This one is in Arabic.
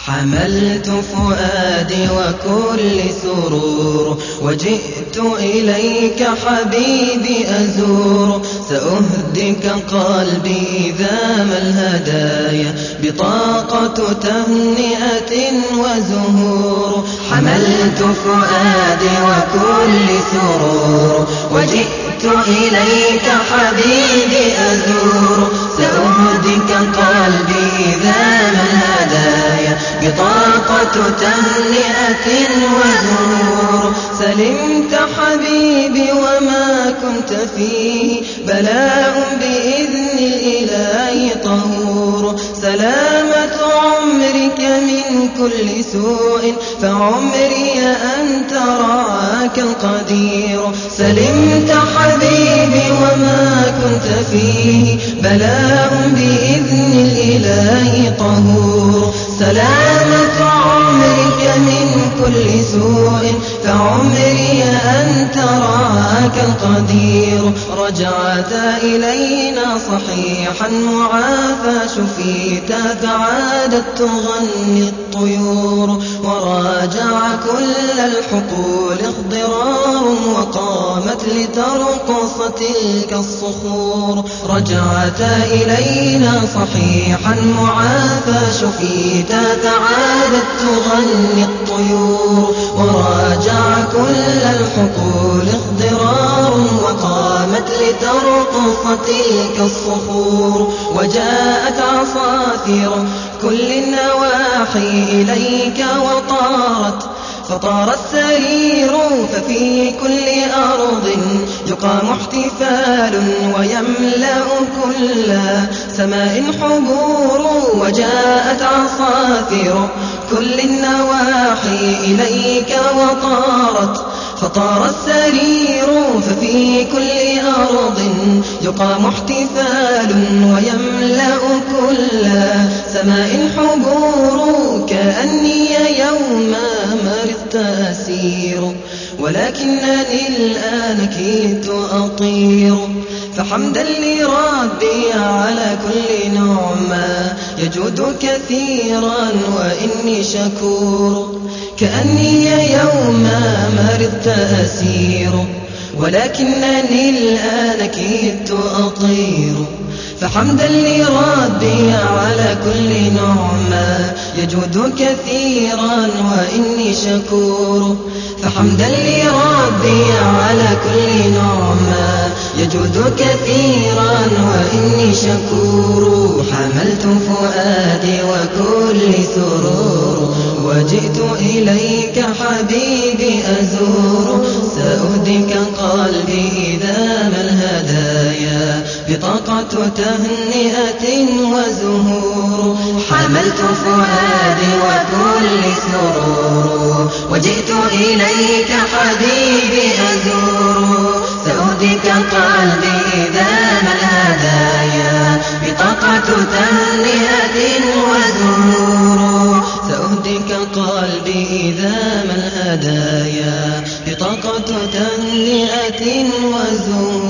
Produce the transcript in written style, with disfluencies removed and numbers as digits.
حملت فؤادي وكل سرور وجئت إليك حبيبي أزور سأهدك قلبي إذا ما الهدايا بطاقة تهنئة وزهور حملت فؤادي وكل سرور وجئت إليك حبيبي أزور سأهدك قلبي إذا ما الهدايا بطاقة تهنئة وزهور سلمت حبيبي وما كنت فيه بلاء بإذن الإله طهور سلامة عمرك من كل سوء فعمري أنت رعاك القدير سلمت حبيبي وما كنت فيه بلاء بإذن الإله طهور سلامة عمرك من كل سوء فعمري أنت رعاك القدير رجعت إلينا صحيحا معافى شفيت فعادت تغني الطيور وراجع كل الحقول اخضرار وقامت لترقص تلك الصخور رجعت إلينا صحيحا معافى شفيت فعادت تغني الطيور وراجع كل الحقول اخضرار وقامت لترقص تلك الصخور وجاءت عصافير كل النواحي إليك فطار السرير ففي كل أرض يقام احتفال ويملأ كل سماء حبور وجاءت عصافير كل النواحي إليك فطار السرير ففي كل أرض يقام احتفال ويملأ كل سماء حبور كأني يوما مرضت أسير ولكنني الآن كدت أطير فحمدا لربي على كل نعمة يجود كثيرا وإني شكور كأني يوما مرضت أسير ولكنني الآن كدت أطير فحمدا لربي على كل نعمة يجود كثيرا وإني شكور فحمدا لربي على كل نعمة يجود كثيرا وإني شكور حملت فؤادي وكل سرور وجئت إليك حبيبي أزور سأهدك قلبي إذا ما الهدايا بطاقة تهنئة وزهور حملت فؤادي وكل سرور وجئت إليك حبيبي أزور سأهدك قلبي إذا ما الهدايا بطاقة تهنئة وزهور سأهدك قلبي إذا ما الهدايا بطاقة تهنئة وزهور